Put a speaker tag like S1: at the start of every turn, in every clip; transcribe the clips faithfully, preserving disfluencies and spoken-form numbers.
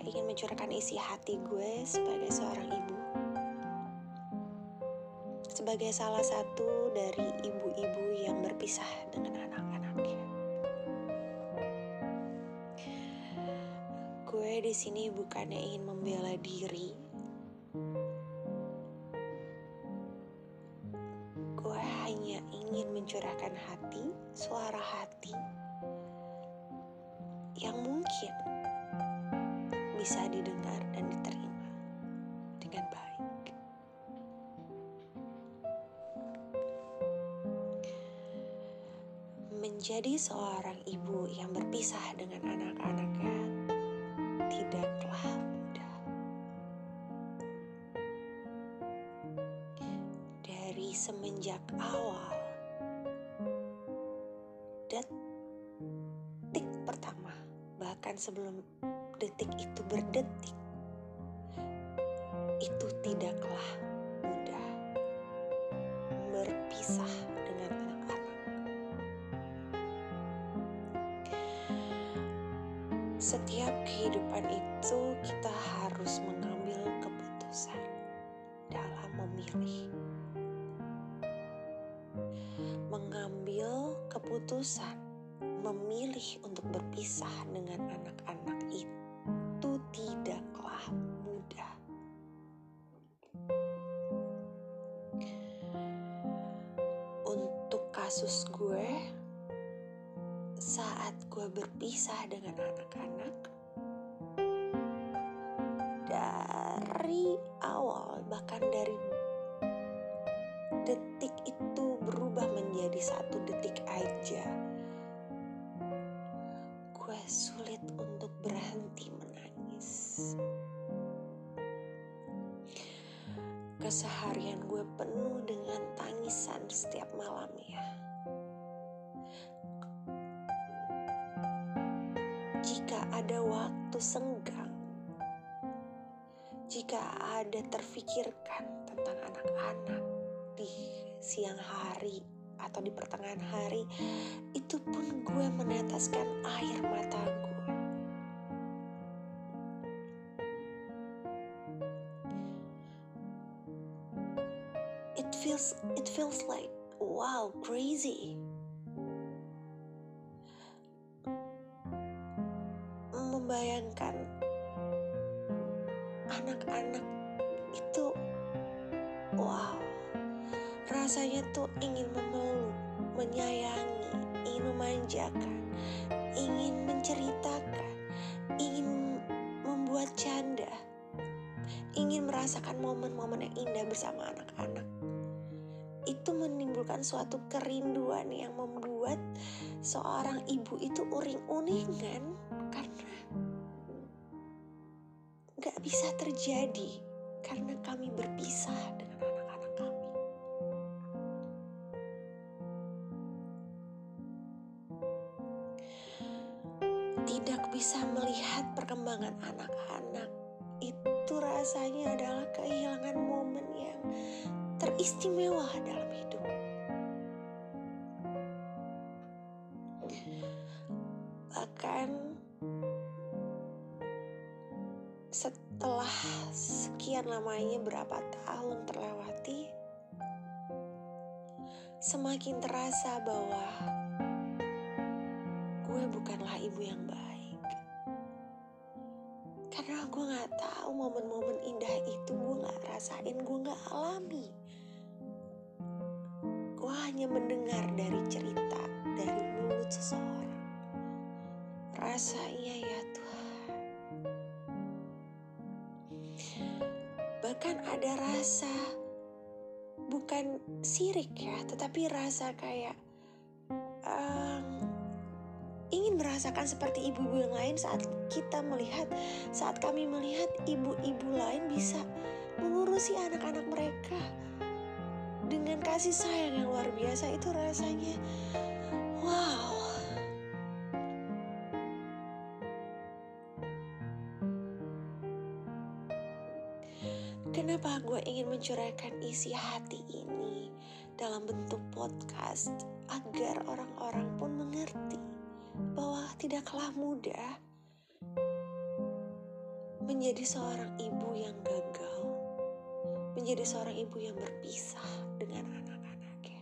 S1: ingin mencurahkan isi hati gue sebagai seorang ibu. Sebagai salah satu dari ibu-ibu yang berpisah dengan anak-anaknya. Gue di sini bukannya ingin membela diri. Gue hanya ingin mencurahkan hati, suara hati yang mungkin bisa didengar dan diterima dengan baik. Menjadi seorang ibu yang berpisah dengan anak-anaknya tidaklah mudah. Dari semenjak awal, detik pertama, bahkan sebelum detik itu berdetik, itu tidaklah mudah berpisah dengan anak-anak. Setiap kehidupan itu kita harus mengambil keputusan dalam memilih. Mengambil keputusan memilih untuk berpisah dengan anak-anak itu tidaklah mudah. Untuk kasus gue, saat gue berpisah dengan anak-anak, dari awal, bahkan dari detik itu berubah menjadi satu detik aja, gue sulit untuk berhenti menangis. Keseharian gue penuh dengan tangisan setiap malamnya. Jika ada waktu senggang, jika ada terfikirkan tentang anak-anak di siang hari atau di pertengahan hari, itu pun gue meneteskan air mata gue. It feels, it feels like, wow, crazy. Membayangkan anak-anak itu, wow, rasanya tuh ingin memeluk, menyayangi, ingin memanjakan, ingin menceritakan, ingin membuat canda, ingin merasakan momen-momen yang indah bersama anak-anak. Itu menimbulkan suatu kerinduan yang membuat seorang ibu itu uring-uringan karena gak bisa terjadi karena kami berpisah dengan anak-anak kami. Tidak bisa melihat perkembangan anak-anak itu rasanya adalah kehilangan momen yang teristimewa dalam hidup. Bahkan setelah sekian lamanya berapa tahun terlewati, semakin terasa bahwa gue bukanlah ibu yang baik. Karena gue gak tahu momen-momen indah itu gue gak rasain, gue gak alami. Gue hanya mendengar dari cerita, dari mulut seseorang. Rasanya ya Tuhan. Bahkan ada rasa, bukan sirik ya, tetapi rasa kayak um, ingin merasakan seperti ibu-ibu yang lain saat kita melihat, saat kami melihat ibu-ibu lain bisa mengurusi anak-anak mereka dengan kasih sayang yang luar biasa. Itu rasanya wow. Kenapa gue ingin mencurahkan isi hati ini dalam bentuk podcast agar orang-orang pun mengerti bahwa tidaklah mudah menjadi seorang ibu yang gagal, menjadi seorang ibu yang berpisah dengan anak-anaknya.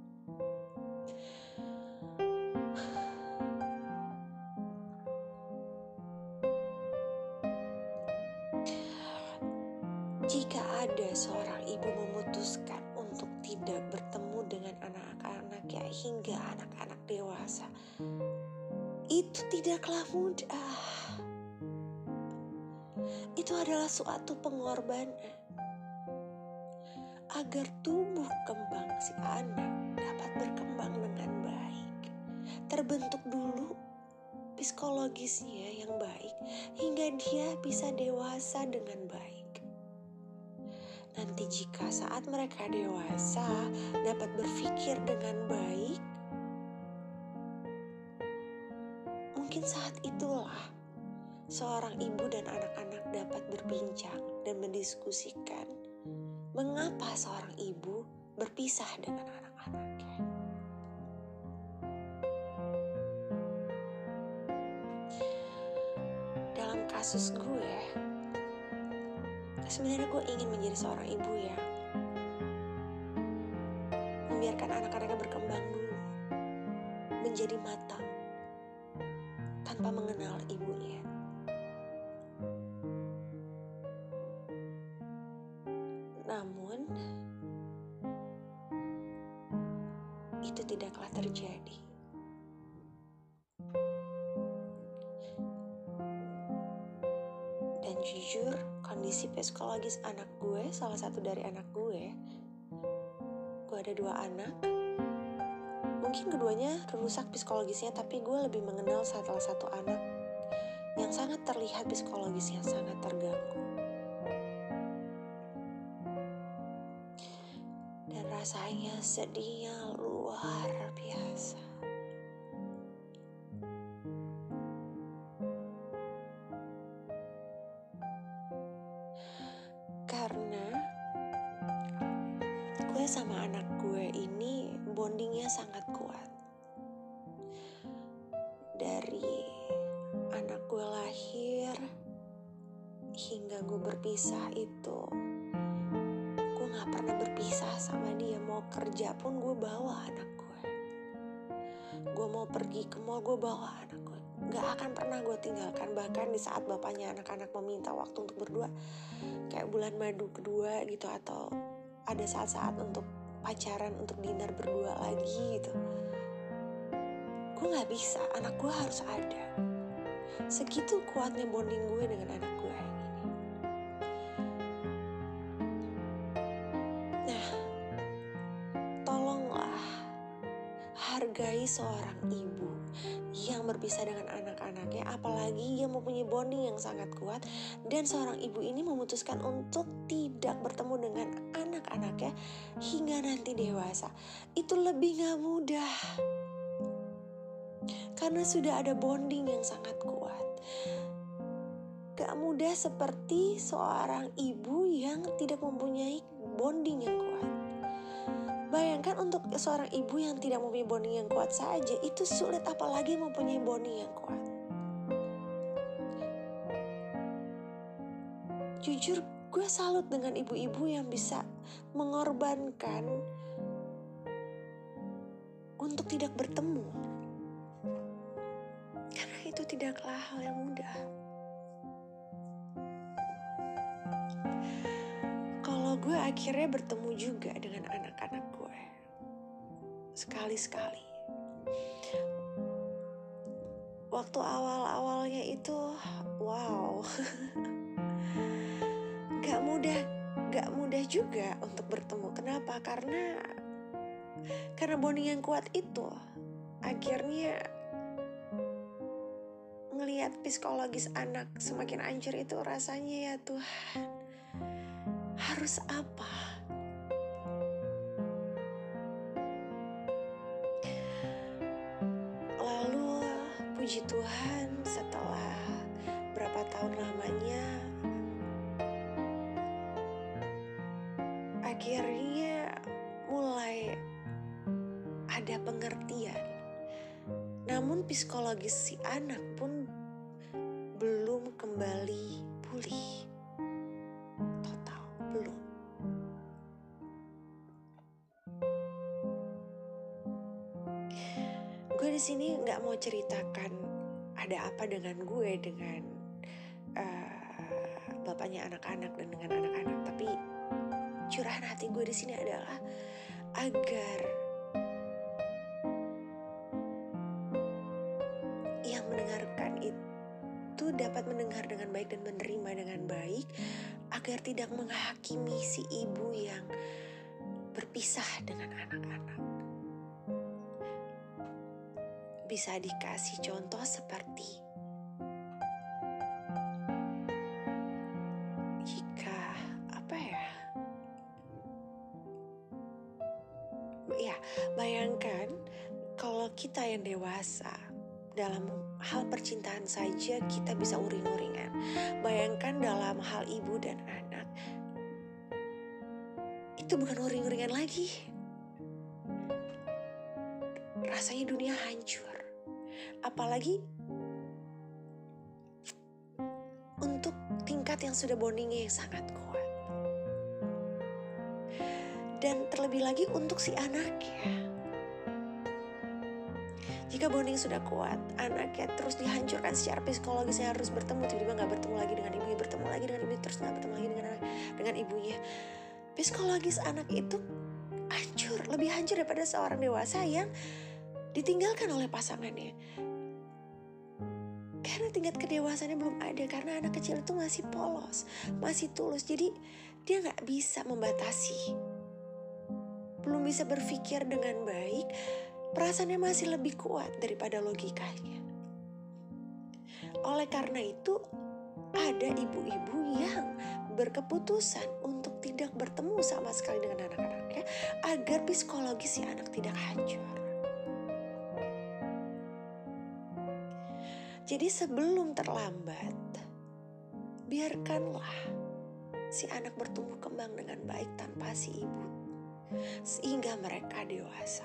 S1: Jika ada seorang ibu memutuskan untuk tidak bertemu dengan anak-anaknya hingga anak-anak dewasa, itu tidaklah mudah. Itu adalah suatu pengorbanan agar tubuh kembang si anak dapat berkembang dengan baik. Terbentuk dulu psikologisnya yang baik hingga dia bisa dewasa dengan baik. Nanti jika saat mereka dewasa dapat berpikir dengan baik, mungkin saat itulah seorang ibu dan anak-anak dapat berbincang dan mendiskusikan mengapa seorang ibu berpisah dengan anak-anaknya. Dalam kasus gue, sebenarnya gue ingin menjadi seorang ibu yang membiarkan anak-anaknya berkembang dulu, menjadi matang, tanpa mengenal ibunya. Namun, itu tidaklah terjadi. Dan jujur, kondisi psikologis anak gue, salah satu dari anak gue, gue ada dua anak, mungkin keduanya rusak psikologisnya, tapi gue lebih mengenal salah satu anak yang sangat terlihat psikologisnya sangat terganggu. Dan rasanya sedihnya luar biasa. Karena gue sama anak gue ini bondingnya sangat kuat. Dari anak gue lahir hingga gue berpisah itu, gue gak pernah berpisah sama dia. Mau kerja pun gue bawa anak gue. Gue mau pergi ke mall, gue bawa anak gue. Gak akan pernah gue tinggalkan. Bahkan di saat bapaknya anak-anak meminta waktu untuk berdua, kayak bulan madu kedua gitu, atau ada saat-saat untuk pacaran, untuk dinner berdua lagi gitu, gue gak bisa, anak gue harus ada. Segitu kuatnya bonding gue dengan anak gue yang ini. Nah, tolonglah hargai seorang ibu yang berpisah dengan anak-anaknya, apalagi yang mempunyai bonding yang sangat kuat, dan seorang ibu ini memutuskan untuk tidak bertemu dengan anak-anaknya hingga nanti dewasa. Itu lebih gak mudah, karena sudah ada bonding yang sangat kuat. Gak mudah seperti seorang ibu yang tidak mempunyai bonding yang kuat. Bayangkan untuk seorang ibu yang tidak mempunyai bonding yang kuat saja, itu sulit, apalagi mempunyai bonding yang kuat. Jujur, gue salut dengan ibu-ibu yang bisa mengorbankan untuk tidak bertemu. Karena itu tidaklah hal yang mudah. Kalau gue akhirnya bertemu juga dengan anak-anak gue, sekali-sekali. Waktu awal-awalnya itu, wow, gak mudah, gak mudah juga untuk bertemu. Kenapa? Karena, karena bonding yang kuat itu, akhirnya ngelihat psikologis anak semakin hancur itu rasanya, ya Tuhan, harus apa? Lalu puji Tuhan, setelah berapa tahun lamanya, akhirnya mulai ada pengertian. Namun psikologis si anak pun belum kembali pulih. gue di sini nggak mau ceritakan ada apa dengan gue dengan uh, bapaknya anak-anak dan dengan anak-anak, tapi curahan hati gue di sini adalah agar yang mendengarkan itu dapat mendengar dengan baik dan menerima dengan baik, agar tidak menghakimi si ibu yang berpisah dengan anak-anak. Bisa dikasih contoh seperti jika apa ya? Ya, bayangkan kalau kita yang dewasa dalam hal percintaan saja kita bisa uring-uringan. Bayangkan dalam hal ibu dan anak, itu bukan uring-uringan lagi. Rasanya dunia hancur. Apalagi untuk tingkat yang sudah bondingnya yang sangat kuat. Dan terlebih lagi untuk si anaknya. Jika bonding sudah kuat, anaknya terus dihancurkan secara psikologisnya, harus bertemu, tiba-tiba gak bertemu lagi dengan ibunya, bertemu lagi dengan ibunya, terus gak bertemu lagi dengan anak, dengan ibunya. Psikologis anak itu hancur, lebih hancur daripada seorang dewasa yang ditinggalkan oleh pasangannya. Karena tingkat kedewasaannya belum ada, karena anak kecil itu masih polos, masih tulus, jadi dia gak bisa membatasi, belum bisa berpikir dengan baik, perasaannya masih lebih kuat daripada logikanya. Oleh karena itu, ada ibu-ibu yang berkeputusan untuk tidak bertemu sama sekali dengan anak-anaknya agar psikologis si anak tidak hancur. Jadi sebelum terlambat, biarkanlah si anak bertumbuh kembang dengan baik tanpa si ibu, sehingga mereka dewasa.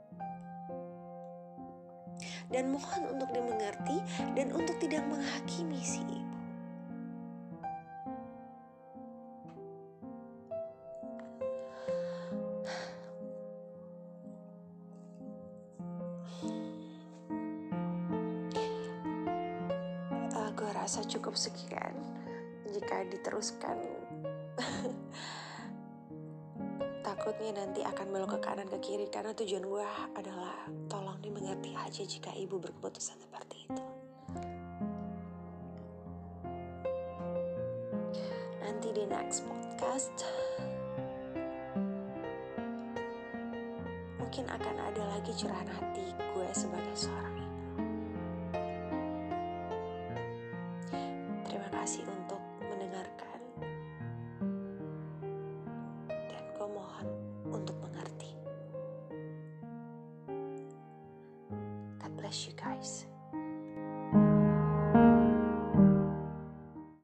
S1: Dan mohon untuk dimengerti dan untuk tidak menghakimi si ibu. Uh, gue rasa cukup sekian. Jika diteruskan, takutnya nanti akan belok ke kanan ke kiri, karena tujuan gue adalah tolong dimengerti aja jika ibu berkeputusan seperti itu. Nanti di next podcast mungkin akan ada lagi curahan hati gue sebagai seorang ibu. Terima kasih untuk mendengarkan, dan gue mohon untuk mengerti. God bless you guys.